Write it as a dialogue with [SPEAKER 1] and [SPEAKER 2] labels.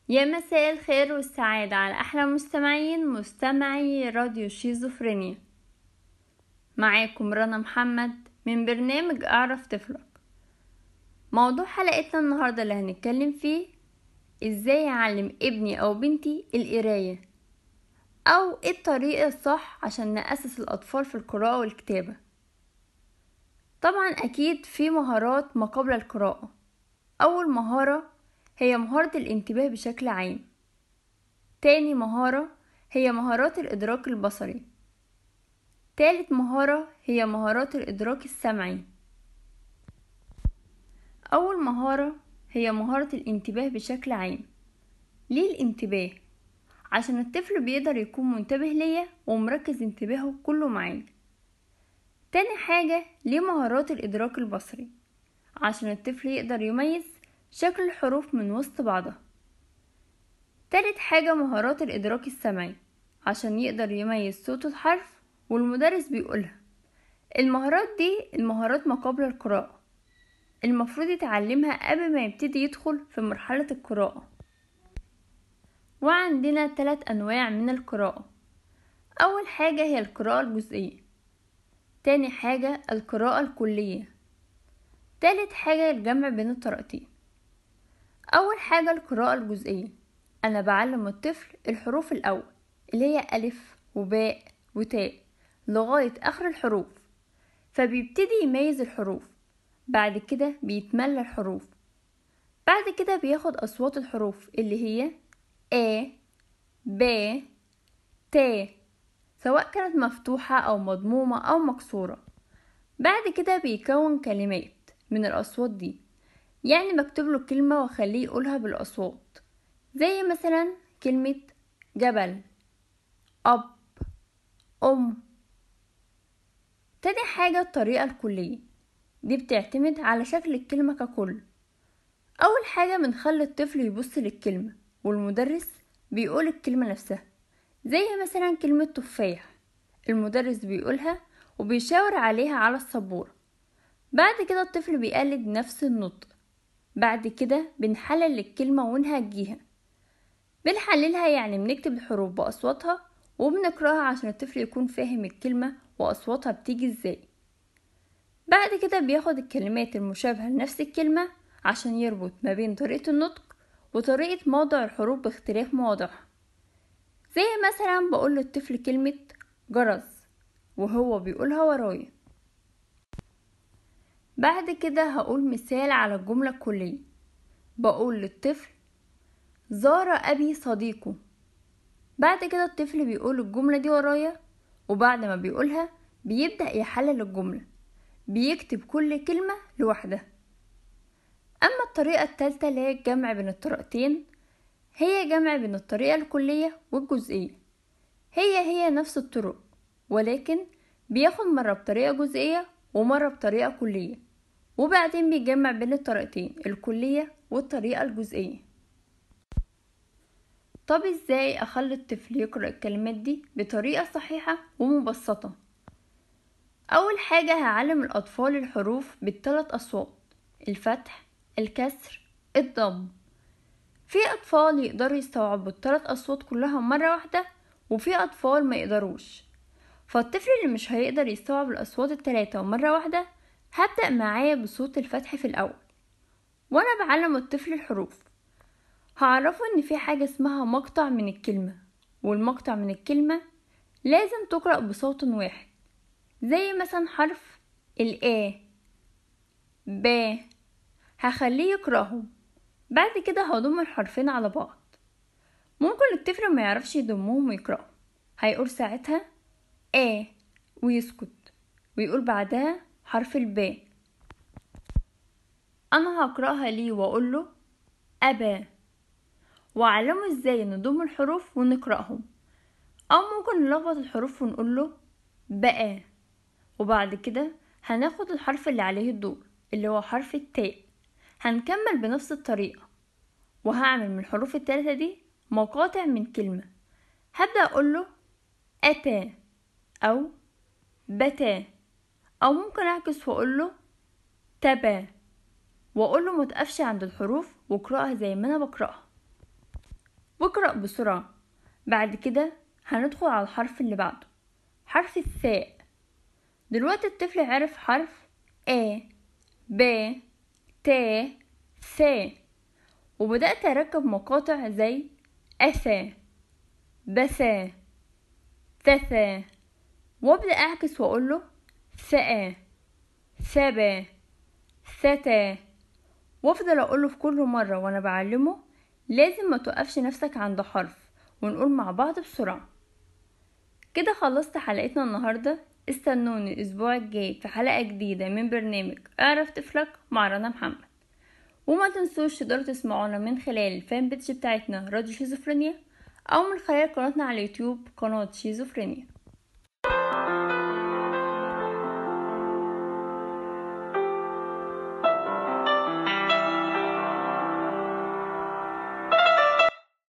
[SPEAKER 1] يا مساء الخير والسعادة على أحلى مستمعي راديو شيزوفرينيا. معاكم رنا محمد من برنامج أعرف طفلك. موضوع حلقتنا النهاردة اللي هنتكلم فيه إزاي أعلم ابني أو بنتي القراية، أو إيه الطريقة الصح عشان نأسس الأطفال في القراءة والكتابة. طبعا أكيد في مهارات ما قبل القراءة. أول مهارة هي مهارة الانتباه بشكل عام. تاني مهارة هي مهارات الإدراك البصري. تالت مهارة هي مهارات الإدراك السمعي. أول مهارة هي مهارة الانتباه بشكل عام. ليه الانتباه؟ عشان الطفل بيقدر يكون منتبه ليا ومركز انتباهه كله معايا. تاني حاجة ليه مهارات الإدراك البصري، عشان الطفل يقدر يميز شكل الحروف من وسط بعضها. تالت حاجة مهارات الإدراك السمعي، عشان يقدر يميز صوت الحرف والمدرس بيقولها. المهارات دي المهارات ما قبل القراءة، المفروض يتعلمها قبل ما يبتدي يدخل في مرحلة القراءة. وعندنا 3 أنواع من القراءة. أول حاجة هي القراءة الجزئية. تاني حاجة القراءة الكلية. تالت حاجة الجمع بين الطريقتين. أول حاجة القراءة الجزئية، أنا بعلم الطفل الحروف الأول اللي هي ألف وباء وتاء لغاية آخر الحروف، فبيبتدي يميز الحروف. بعد كده بيتملى الحروف. بعد كده بياخد أصوات الحروف اللي هي A ب ت، سواء كانت مفتوحة أو مضمومة أو مكسورة. بعد كده بيكون كلمات من الأصوات دي، يعني بكتب له كلمة واخليه يقولها بالأصوات، زي مثلا كلمة جبل، أب، أم. تاني حاجة الطريقة الكلية، دي بتعتمد على شكل الكلمة ككل. أول حاجة بنخلي الطفل يبص للكلمة والمدرس بيقول الكلمة نفسها، زي مثلا كلمة تفاح، المدرس بيقولها وبيشاور عليها على السبورة. بعد كده الطفل بيقلد نفس النطق. بعد كده بنحلل الكلمة ونهجيها. بنحللها يعني بنكتب الحروف بأصواتها وبنقرأها عشان الطفل يكون فاهم الكلمة وأصواتها بتيجي ازاي. بعد كده بياخد الكلمات المشابهة لنفس الكلمة عشان يربط ما بين طريقة النطق وطريقة موضع الحروف باختلاف مواضعها. زي مثلا بقول للطفل كلمة جرس وهو بيقولها ورايا. بعد كده هقول مثال على الجملة الكلية. بقول للطفل زار أبي صديقه. بعد كده الطفل بيقول الجملة دي ورايا، وبعد ما بيقولها بيبدأ يحلل الجملة، بيكتب كل كلمة لوحدها. أما الطريقة التالتة اللي هي الجمع بين الطريقتين، هي جمع بين الطريقة الكلية والجزئية. هي نفس الطرق، ولكن بياخد مرة بطريقة جزئية ومرة بطريقة كلية، وبعدين بيجمع بين الطريقتين الكلية والطريقة الجزئية. طب ازاي اخلي الطفل يقرأ الكلمات دي بطريقة صحيحة ومبسطة؟ اول حاجة هعلم الاطفال الحروف بالثلاث اصوات: الفتح، الكسر، الضم. في اطفال يقدروا يستوعبوا الثلاث اصوات كلها مرة واحدة، وفي اطفال ما يقدروش. فالطفل اللي مش هيقدر يستوعب الاصوات الثلاثة مرة واحدة، هبدأ معاه بصوت الفتح في الاول. وانا بعلم الطفل الحروف هعرفه ان في حاجة اسمها مقطع من الكلمة، والمقطع من الكلمة لازم تقرأ بصوت واحد، زي مثلا حرف الآ ب. هخليه يقرأهم. بعد كده هضم الحرفين على بعض. ممكن الطفل ما يعرفش يضمهم ويقرأهم، هيقول ساعتها آ ويسكت، ويقول بعدها حرف الباء. انا هقرأها ليه واقوله أبا، وأعلمه ازاي نضم الحروف ونقرأهم. او ممكن نلخبط الحروف ونقوله بقى. وبعد كده هناخد الحرف اللي عليه الدور اللي هو حرف التاء، هنكمل بنفس الطريقة، وهعمل من الحروف التالتة دي مقاطع من كلمة. هبدأ أقوله أتى أو بتا، أو ممكن أعكس وأقوله تبا، وأقوله متقفش عند الحروف واقرأها زي ما أنا بقرأها. واقرأ بسرعة. بعد كده هندخل على الحرف اللي بعده، حرف الثاء. دلوقتي الطفل عرف حرف A B T ث، وبدأت أركب مقاطع زي أثا بثا ثثا، وابدأ أعكس وأقوله ثأ ثبا ثتا، وافضل أقوله في كل مرة وأنا بعلمه. لازم ما توقفش نفسك عند حرف، ونقول مع بعض بسرعة. كده خلصت حلقتنا النهاردة. استنوني الأسبوع الجاي في حلقة جديدة من برنامج اعرف طفلك مع رنا محمد. وما تنسوش تقدروا تسمعونا من خلال الفان بيج بتاعتنا راديو شيزوفرينيا، أو من خلال قناتنا على اليوتيوب قناة شيزوفرينيا.